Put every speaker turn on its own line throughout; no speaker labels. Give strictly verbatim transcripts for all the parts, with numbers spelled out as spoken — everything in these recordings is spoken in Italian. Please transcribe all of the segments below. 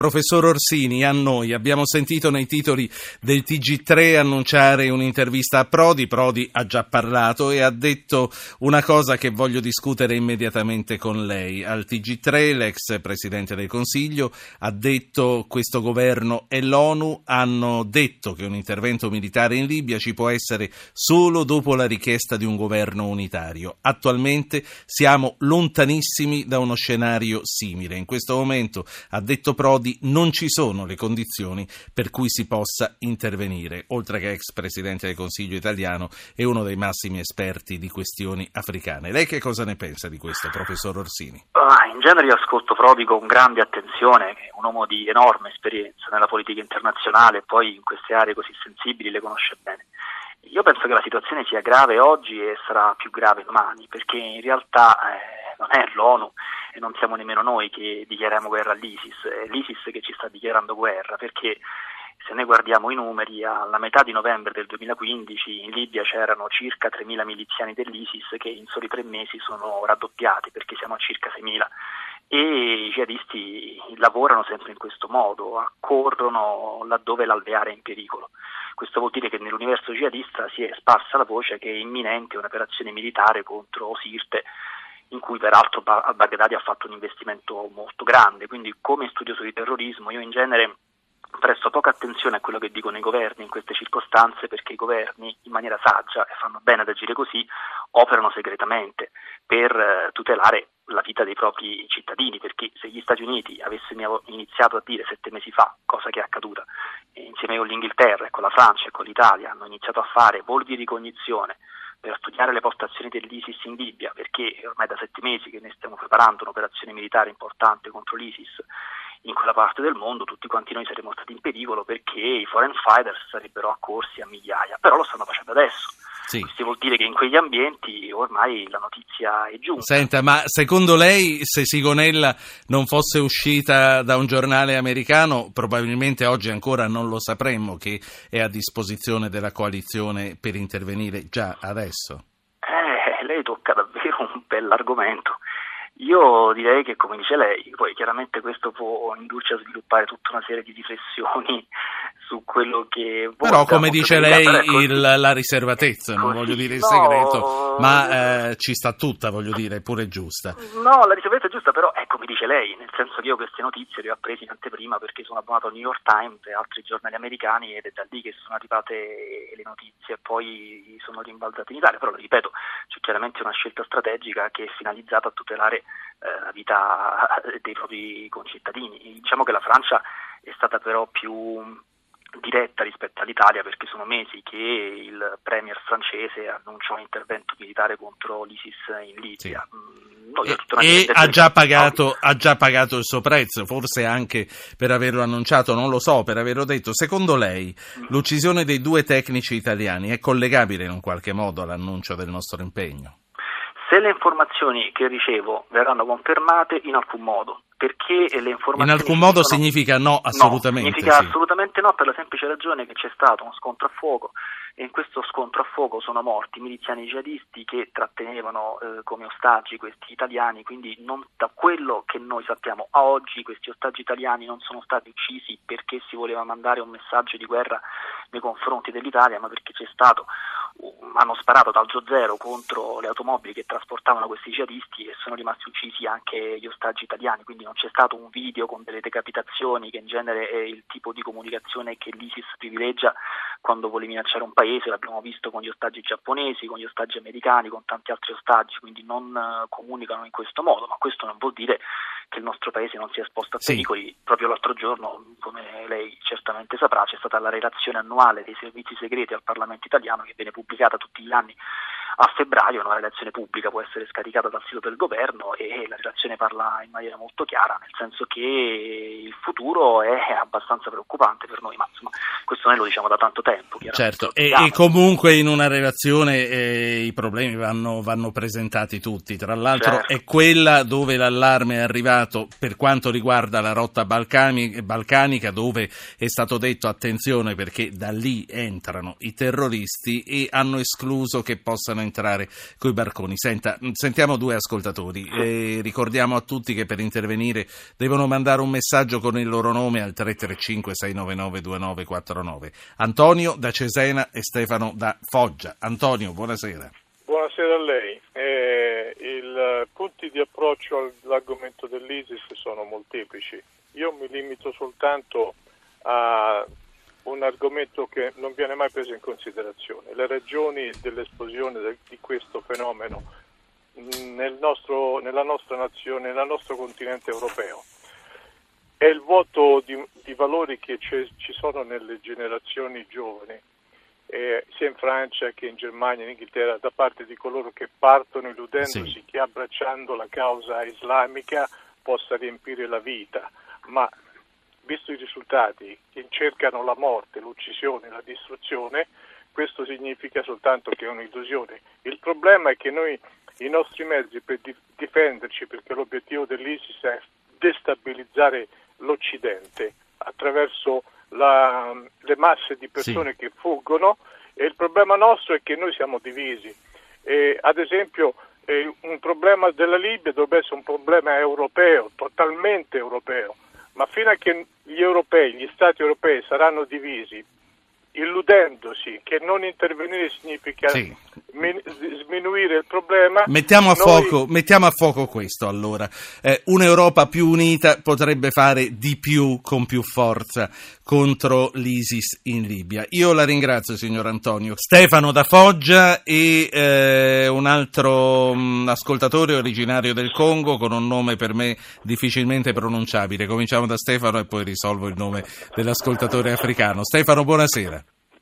Professor Orsini, a noi abbiamo sentito nei titoli del T G tre annunciare un'intervista a Prodi. Prodi ha già parlato e ha detto una cosa che voglio discutere immediatamente con lei. Al T G tre l'ex Presidente del Consiglio ha detto questo governo e l'ONU hanno detto che un intervento militare in Libia ci può essere solo dopo la richiesta di un governo unitario. Attualmente siamo lontanissimi da uno scenario simile. In questo momento, ha detto Prodi, non ci sono le condizioni per cui si possa intervenire. Oltre che ex Presidente del Consiglio italiano, è uno dei massimi esperti di questioni africane. Lei che cosa ne pensa di questo, professor Orsini?
Ah, in genere io ascolto Prodi con grande attenzione, è un uomo di enorme esperienza nella politica internazionale e poi in queste aree così sensibili le conosce bene. Io penso che la situazione sia grave oggi e sarà più grave domani, perché in realtà eh, non è l'ONU e non siamo nemmeno noi che dichiariamo guerra all'ISIS, è l'ISIS che ci sta dichiarando guerra, perché se noi guardiamo i numeri, alla metà di novembre del duemilaquindici in Libia c'erano circa tremila miliziani dell'ISIS che in soli tre mesi sono raddoppiati, perché siamo a circa seimila. E i jihadisti lavorano sempre in questo modo, accorrono laddove l'alveare è in pericolo. Questo vuol dire che nell'universo jihadista si è sparsa la voce che è imminente un'operazione militare contro Sirte, in cui peraltro al-Baghdadi ha fatto un investimento molto grande. Quindi, come studioso di terrorismo, io in genere presto poca attenzione a quello che dicono i governi in queste circostanze, perché i governi, in maniera saggia, e fanno bene ad agire così, operano segretamente per eh, tutelare la vita dei propri cittadini, perché se gli Stati Uniti avessero iniziato a dire sette mesi fa, cosa che è accaduta, e insieme con l'Inghilterra e con la Francia e con l'Italia hanno iniziato a fare voli di ricognizione per studiare le postazioni dell'ISIS in Libia, perché ormai da sette mesi che ne stiamo preparando un'operazione militare importante contro l'ISIS in quella parte del mondo, tutti quanti noi saremmo stati in pericolo perché i foreign fighters sarebbero accorsi a migliaia, però lo stanno facendo adesso. Sì. Questo vuol dire che in quegli ambienti ormai la notizia è giunta.
Senta, ma secondo lei, se Sigonella non fosse uscita da un giornale americano, probabilmente oggi ancora non lo sapremmo che è a disposizione della coalizione per intervenire già adesso?
Eh, lei tocca davvero un bell'argomento. Io direi che, come dice lei, poi chiaramente questo può indurci a sviluppare tutta una serie di riflessioni su quello che...
Però, come dice lei, il, la riservatezza, non voglio dire il
no,
segreto, ma eh, ci sta tutta, voglio dire, è pure giusta.
No, la riservatezza è giusta, però è come dice lei, nel senso che io queste notizie le ho apprese in anteprima perché sono abbonato al New York Times e altri giornali americani ed è da lì che sono arrivate le notizie e poi sono rimbalzate in Italia. Però, lo ripeto, c'è chiaramente una scelta strategica che è finalizzata a tutelare la vita dei propri concittadini. Diciamo che la Francia è stata però più diretta rispetto all'Italia, perché sono mesi che il premier francese annuncia un intervento militare contro l'ISIS in Libia.
Sì. Noi, e e ha già pagato ha già pagato il suo prezzo, forse anche per averlo annunciato, non lo so, per averlo detto. Secondo lei mm. l'uccisione dei due tecnici italiani è collegabile in un qualche modo all'annuncio del nostro impegno?
Se le informazioni che ricevo verranno confermate, in alcun modo, perché le informazioni...
In alcun modo sono... significa no, assolutamente.
No, significa
sì.
assolutamente no, per la semplice ragione che c'è stato uno scontro a fuoco e in questo scontro a fuoco sono morti miliziani jihadisti che trattenevano eh, come ostaggi questi italiani, quindi non, da quello che noi sappiamo a oggi questi ostaggi italiani non sono stati uccisi perché si voleva mandare un messaggio di guerra nei confronti dell'Italia, ma perché c'è stato hanno sparato dal Alzo Zero contro le automobili che trasportavano questi jihadisti e sono rimasti uccisi anche gli ostaggi italiani, quindi non c'è stato un video con delle decapitazioni, che in genere è il tipo di comunicazione che l'ISIS privilegia quando vuole minacciare un paese. L'abbiamo visto con gli ostaggi giapponesi, con gli ostaggi americani, con tanti altri ostaggi, quindi non uh, comunicano in questo modo, ma questo non vuol dire che il nostro paese non sia esposto a pericoli. Sì. Proprio l'altro giorno, come lei certamente saprà, c'è stata la relazione annuale dei servizi segreti al Parlamento italiano che viene pubblicata tutti gli anni a febbraio, una relazione pubblica, può essere scaricata dal sito del governo e la relazione parla in maniera molto chiara, nel senso che il futuro è abbastanza preoccupante per noi, ma insomma questo noi lo diciamo da tanto tempo.
Certo, e, e comunque in una relazione eh, i problemi vanno, vanno presentati tutti, tra l'altro certo. È quella dove l'allarme è arrivato per quanto riguarda la rotta balcani, balcanica, dove è stato detto attenzione perché da lì entrano i terroristi e hanno escluso che possano entrare coi barconi. Senta, sentiamo due ascoltatori, eh, ricordiamo a tutti che per intervenire devono mandare un messaggio con il loro nome al tre tre cinque sei nove nove due nove quattro nove. Antonio da Cesena e Stefano da Foggia. Antonio, buonasera.
Buonasera a lei. Eh, I punti di approccio all'argomento dell'ISIS sono molteplici. Io mi limito soltanto a un argomento che non viene mai preso in considerazione: le ragioni dell'esplosione di questo fenomeno nel nostro, nella nostra nazione, nel nostro continente europeo. È il vuoto di, di valori che ci sono nelle generazioni giovani, eh, sia in Francia che in Germania, in Inghilterra, da parte di coloro che partono illudendosi sì. che abbracciando la causa islamica possa riempire la vita, ma visto i risultati, che cercano la morte, l'uccisione, la distruzione, questo significa soltanto che è un'illusione. Il problema è che noi, i nostri mezzi per di- difenderci, perché l'obiettivo dell'ISIS è destabilizzare l'Occidente attraverso la, le masse di persone sì. che fuggono, e il problema nostro è che noi siamo divisi. E, ad esempio, eh, un problema della Libia dovrebbe essere un problema europeo, totalmente europeo, ma fino a che gli europei, gli stati europei saranno divisi, illudendosi che non intervenire significa sì. min- sminuire il problema.
Mettiamo a,
noi...
fuoco, mettiamo a fuoco questo allora. Eh, un'Europa più unita potrebbe fare di più, con più forza, contro l'ISIS in Libia. Io la ringrazio, signor Antonio. Stefano da Foggia e eh, un altro mh, ascoltatore originario del Congo con un nome per me difficilmente pronunciabile. Cominciamo da Stefano e poi risolvo il nome dell'ascoltatore africano. Stefano, buonasera.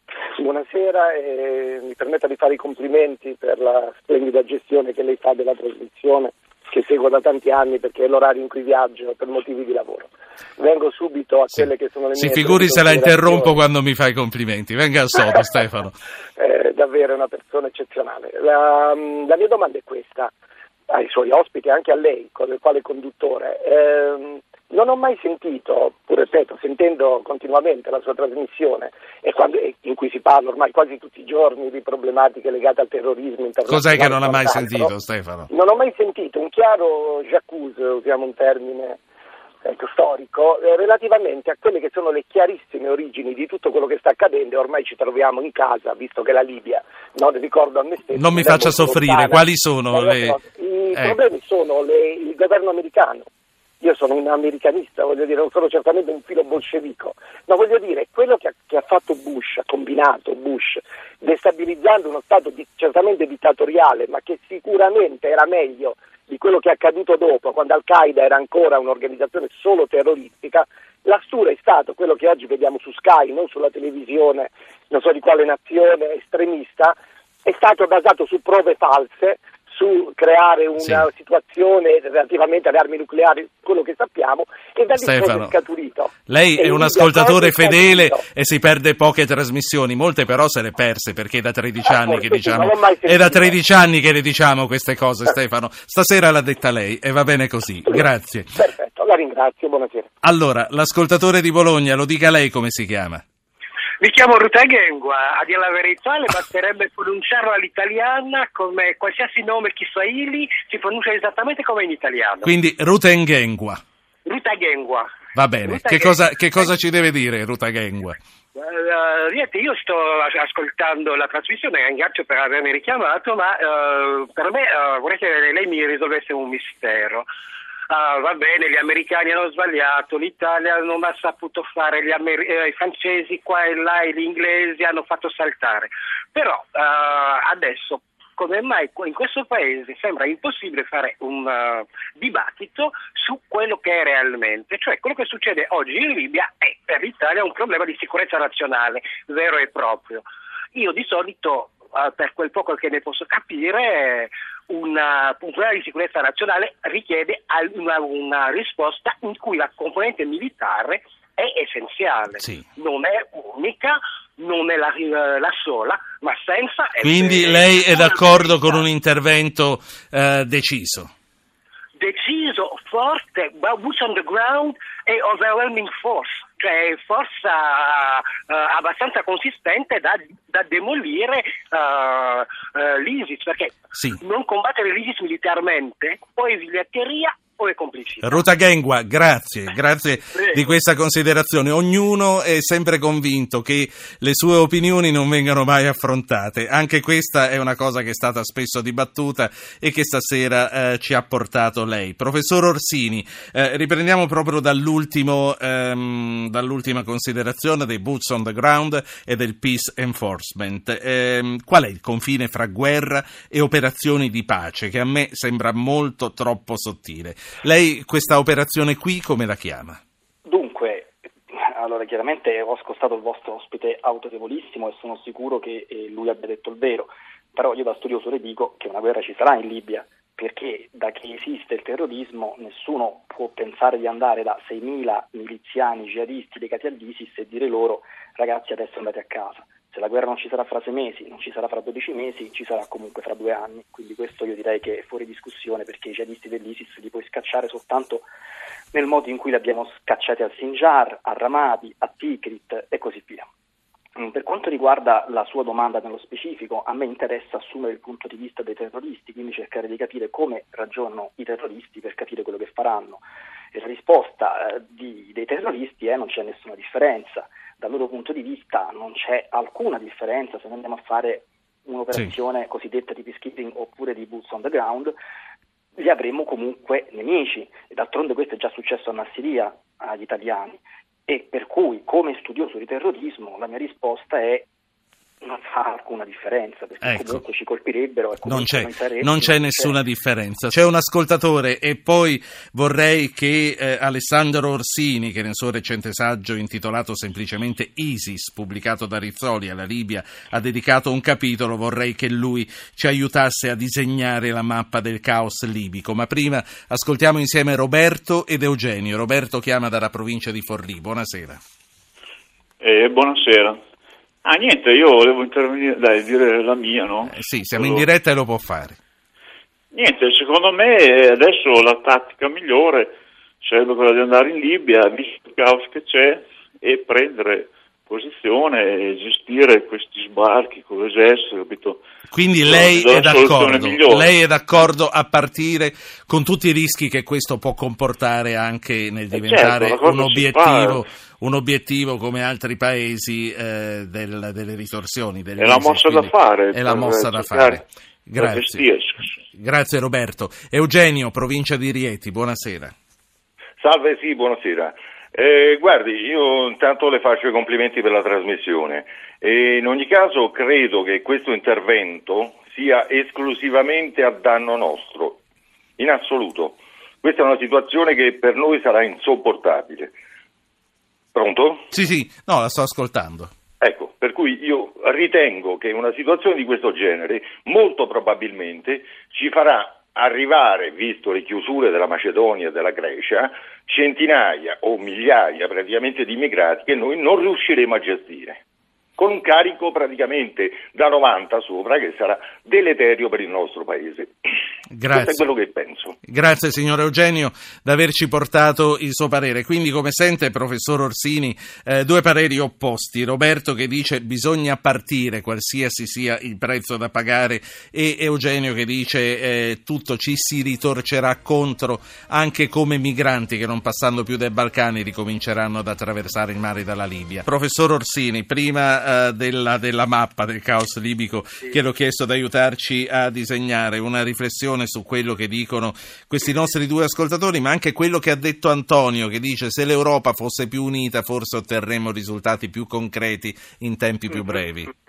Buonasera, e mi permetta di fare i complimenti per la splendida gestione che lei fa della trasmissione, che seguo da tanti anni perché è l'orario in cui viaggio per motivi di lavoro. Vengo subito a sì. quelle che sono le mie...
Si figuri se la interrompo quando mi fa i complimenti. Venga al sodo, Stefano.
È davvero una persona eccezionale. La, la mia domanda è questa, ai suoi ospiti e anche a lei, con il quale conduttore. Eh, non ho mai sentito, pur ripeto, sentendo continuamente la sua trasmissione e quando, in cui si parla ormai quasi tutti i giorni di problematiche legate al terrorismo internazionale.
Cos'è che non ha mai sentito, Stefano?
Non ho mai sentito un chiaro j'accuse, usiamo un termine ecco, storico, eh, relativamente a quelle che sono le chiarissime origini di tutto quello che sta accadendo. Ormai ci troviamo in casa, visto che la Libia, non ricordo a me stesso...
Non mi faccia soffrire, lontana. Quali sono le...
I
eh.
problemi sono le, il governo americano. Io sono un americanista, voglio dire, non sono certamente un filo bolscevico, ma voglio dire, quello che ha, che ha fatto Bush, ha combinato Bush, destabilizzando uno Stato di, certamente dittatoriale, ma che sicuramente era meglio di quello che è accaduto dopo, quando Al-Qaeda era ancora un'organizzazione solo terroristica. L'Astura è stato quello che oggi vediamo su Sky, non sulla televisione, non so di quale nazione estremista, è stato basato su prove false, su creare una sì. situazione relativamente alle armi nucleari, quello che sappiamo, e da lì è scaturito.
Lei
e
è un ascoltatore fedele e si perde poche trasmissioni, molte però se le perse perché è da tredici anni ah, che diciamo è da tredici anni che le diciamo queste cose, Stefano. Stasera l'ha detta lei e va bene così. Grazie.
Perfetto, la ringrazio, buonasera.
Allora, l'ascoltatore di Bologna, lo dica lei come si chiama?
Mi chiamo Rutagengua, a dire la verità le basterebbe pronunciarlo all'italiana come qualsiasi nome Kiswahili si pronuncia esattamente come in italiano.
Quindi Rutagengua.
Rutagengua.
Va bene, Rutagengua. Che cosa, che cosa ci deve dire Rutagengua?
Uh, niente, io sto ascoltando la trasmissione, ringrazio per avermi richiamato, ma uh, per me uh, vorrei che lei mi risolvesse un mistero. Ah, va bene, gli americani hanno sbagliato, l'Italia non ha saputo fare, gli amer- eh, i francesi qua e là e gli inglesi hanno fatto saltare. Però uh, adesso, come mai in questo paese sembra impossibile fare un uh, dibattito su quello che è realmente, cioè quello che succede oggi in Libia è per l'Italia un problema di sicurezza nazionale, vero e proprio. Io di solito, uh, per quel poco che ne posso capire, Una, un problema di sicurezza nazionale richiede una, una risposta in cui la componente militare è essenziale,
sì.
non è unica, non è la, la sola, ma senza...
Quindi
essere,
lei è d'accordo con un intervento eh, deciso?
Deciso, forte, boots on the ground e overwhelming force, cioè forza uh, abbastanza consistente da, da demolire uh, uh, l'ISIS, perché
sì.
non combattere l'ISIS militarmente o è vigliaccheria o è complicità.
Rutaghengua, grazie, grazie Prego. di questa considerazione. Ognuno è sempre convinto che le sue opinioni non vengano mai affrontate. Anche questa è una cosa che è stata spesso dibattuta e che stasera eh, ci ha portato lei. Professor Orsini, eh, riprendiamo proprio dall'ultimo, ehm, dall'ultima considerazione dei boots on the ground e del peace enforcement. Eh, qual è il confine fra guerra e operazioni di pace, che a me sembra molto troppo sottile? Lei questa operazione qui come la chiama?
Dunque, allora chiaramente ho ascoltato il vostro ospite autorevolissimo e sono sicuro che eh, lui abbia detto il vero, però io da studioso le dico che una guerra ci sarà in Libia, perché da che esiste il terrorismo nessuno può pensare di andare da seimila miliziani jihadisti legati all'ISIS e dire loro ragazzi adesso andate a casa. Se la guerra non ci sarà fra sei mesi, non ci sarà fra dodici mesi, ci sarà comunque fra due anni. Quindi questo io direi che è fuori discussione, perché i jihadisti dell'ISIS li puoi scacciare soltanto nel modo in cui li abbiamo scacciati al Sinjar, a Ramadi, a Tikrit e così via. Per quanto riguarda la sua domanda nello specifico, a me interessa assumere il punto di vista dei terroristi, quindi cercare di capire come ragionano i terroristi per capire quello che faranno. E la risposta eh, di, dei terroristi è non c'è nessuna differenza. Dal loro punto di vista non c'è alcuna differenza se noi andiamo a fare un'operazione sì. cosiddetta di peacekeeping oppure di boots on the ground, li avremo comunque nemici, e d'altronde questo è già successo a Nassiriya agli italiani, e per cui come studioso di terrorismo la mia risposta è non fa alcuna differenza, perché ecco. comunque ci colpirebbero e
non c'è,
non,
non c'è nessuna differenza. C'è un ascoltatore e poi vorrei che eh, Alessandro Orsini, che nel suo recente saggio intitolato semplicemente ISIS, pubblicato da Rizzoli alla Libia, ha dedicato un capitolo, vorrei che lui ci aiutasse a disegnare la mappa del caos libico. Ma prima ascoltiamo insieme Roberto ed Eugenio. Roberto chiama dalla provincia di Forlì. Buonasera.
Eh, buonasera. Ah, niente, io volevo intervenire, dai, dire la mia, no?
Eh sì, siamo allora in diretta e lo può fare.
Niente, secondo me adesso la tattica migliore sarebbe quella di andare in Libia, visto il caos che c'è, e prendere posizione e gestire questi sbarchi con l'esercito, capito?
Quindi lei è d'accordo, lei è d'accordo a partire con tutti i rischi che questo può comportare anche nel diventare
certo,
un obiettivo, un obiettivo come altri paesi eh, del, delle ritorsioni. È
la mossa da fare.
È la mossa da fare. Grazie. Grazie Roberto. Eugenio, provincia di Rieti, buonasera.
Salve, sì, buonasera. Eh, guardi, io intanto le faccio i complimenti per la trasmissione e in ogni caso credo che questo intervento sia esclusivamente a danno nostro, in assoluto. Questa è una situazione che per noi sarà insopportabile. Pronto?
Sì, sì, no, la sto ascoltando.
Ecco, per cui io ritengo che una situazione di questo genere molto probabilmente ci farà arrivare, visto le chiusure della Macedonia e della Grecia, centinaia o migliaia praticamente di immigrati che noi non riusciremo a gestire, con un carico praticamente da novanta sopra che sarà deleterio per il nostro paese.
Grazie.
Questo è quello che penso.
Grazie signor Eugenio di averci portato il suo parere. Quindi, come sente, professor Orsini, eh, due pareri opposti. Roberto che dice bisogna partire qualsiasi sia il prezzo da pagare, e Eugenio che dice eh, tutto ci si ritorcerà contro anche come migranti che, non passando più dai Balcani, ricominceranno ad attraversare il mare dalla Libia. Professor Orsini, prima eh, della, della mappa del caos libico, sì. chiedo chiesto di aiutarci a disegnare una riflessione su quello che dicono questi nostri due ascoltatori, ma anche quello che ha detto Antonio, che dice se l'Europa fosse più unita forse otterremmo risultati più concreti in tempi più brevi.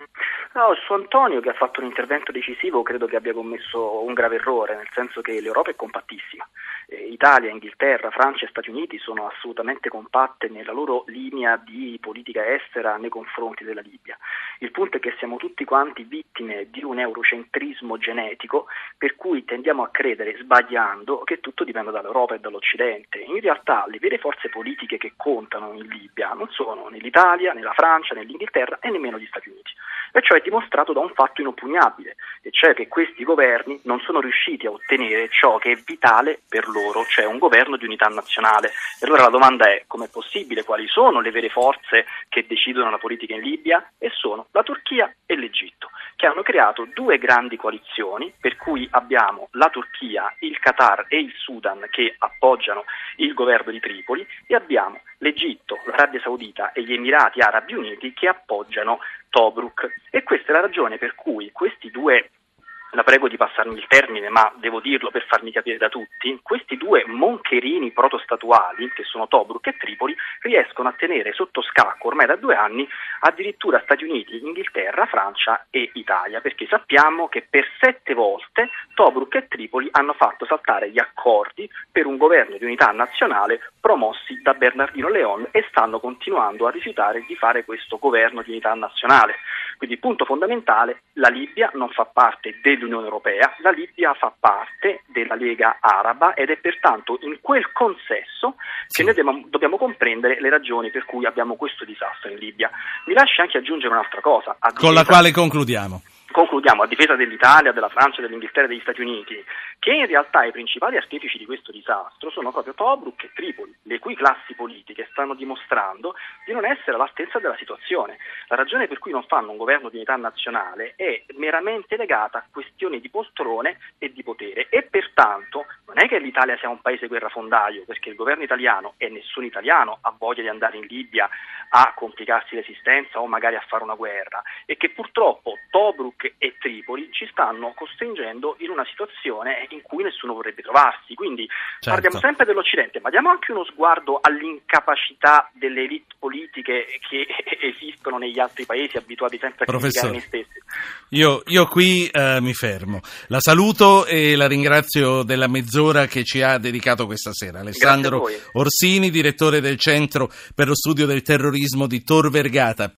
No, su Antonio, che ha fatto un intervento decisivo, credo che abbia commesso un grave errore, nel senso che l'Europa è compattissima. Eh, Italia, Inghilterra, Francia e Stati Uniti sono assolutamente compatte nella loro linea di politica estera nei confronti della Libia. Il punto è che siamo tutti quanti vittime di un eurocentrismo genetico, per cui tendiamo a credere, sbagliando, che tutto dipenda dall'Europa e dall'Occidente. In realtà le vere forze politiche che contano in Libia non sono né l'Italia, né la Francia, né l'Inghilterra e nemmeno gli Stati Uniti. E ciò è dimostrato da un fatto inoppugnabile, e cioè che questi governi non sono riusciti a ottenere ciò che è vitale per loro, cioè un governo di unità nazionale. E allora la domanda è: com'è possibile? Quali sono le vere forze che decidono la politica in Libia? E sono la Turchia e l'Egitto, che hanno creato due grandi coalizioni, per cui abbiamo la Turchia, il Qatar e il Sudan che appoggiano il governo di Tripoli, e abbiamo l'Egitto, l'Arabia Saudita e gli Emirati Arabi Uniti che appoggiano Tobruk. E questa è la ragione per cui questi due, la prego di passarmi il termine, ma devo dirlo per farmi capire da tutti, questi due moncherini protostatuali, che sono Tobruk e Tripoli, riescono a tenere sotto scacco ormai da due anni addirittura Stati Uniti, Inghilterra, Francia e Italia, perché sappiamo che per sette volte Tobruk e Tripoli hanno fatto saltare gli accordi per un governo di unità nazionale promossi da Bernardino León e stanno continuando a rifiutare di fare questo governo di unità nazionale. Quindi punto fondamentale: la Libia non fa parte dell'Unione Europea, la Libia fa parte della Lega Araba ed è pertanto in quel consesso che noi dobbiamo, dobbiamo comprendere le ragioni per cui abbiamo questo disastro in Libia. Mi lasci anche aggiungere un'altra cosa. A
Con la quale concludiamo.
Concludiamo a difesa dell'Italia, della Francia, dell'Inghilterra e degli Stati Uniti, che in realtà i principali artefici di questo disastro sono proprio Tobruk e Tripoli, le cui classi politiche stanno dimostrando di non essere all'altezza della situazione. La ragione per cui non fanno un governo di unità nazionale è meramente legata a questioni di poltrone e di potere, e pertanto non è che l'Italia sia un paese guerrafondaio, perché il governo italiano e nessun italiano ha voglia di andare in Libia a complicarsi l'esistenza o magari a fare una guerra, e che purtroppo Tobruk e Tripoli ci stanno costringendo in una situazione in cui nessuno vorrebbe trovarsi. Quindi certo, parliamo sempre dell'Occidente, ma diamo anche uno sguardo all'incapacità delle elite politiche che esistono negli altri paesi, abituati sempre a criticare noi stessi.
Io, io qui eh, mi fermo. La saluto e la ringrazio della mezz'ora che ci ha dedicato questa sera. Alessandro Orsini, direttore del Centro per lo Studio del Terrorismo di Tor Vergata.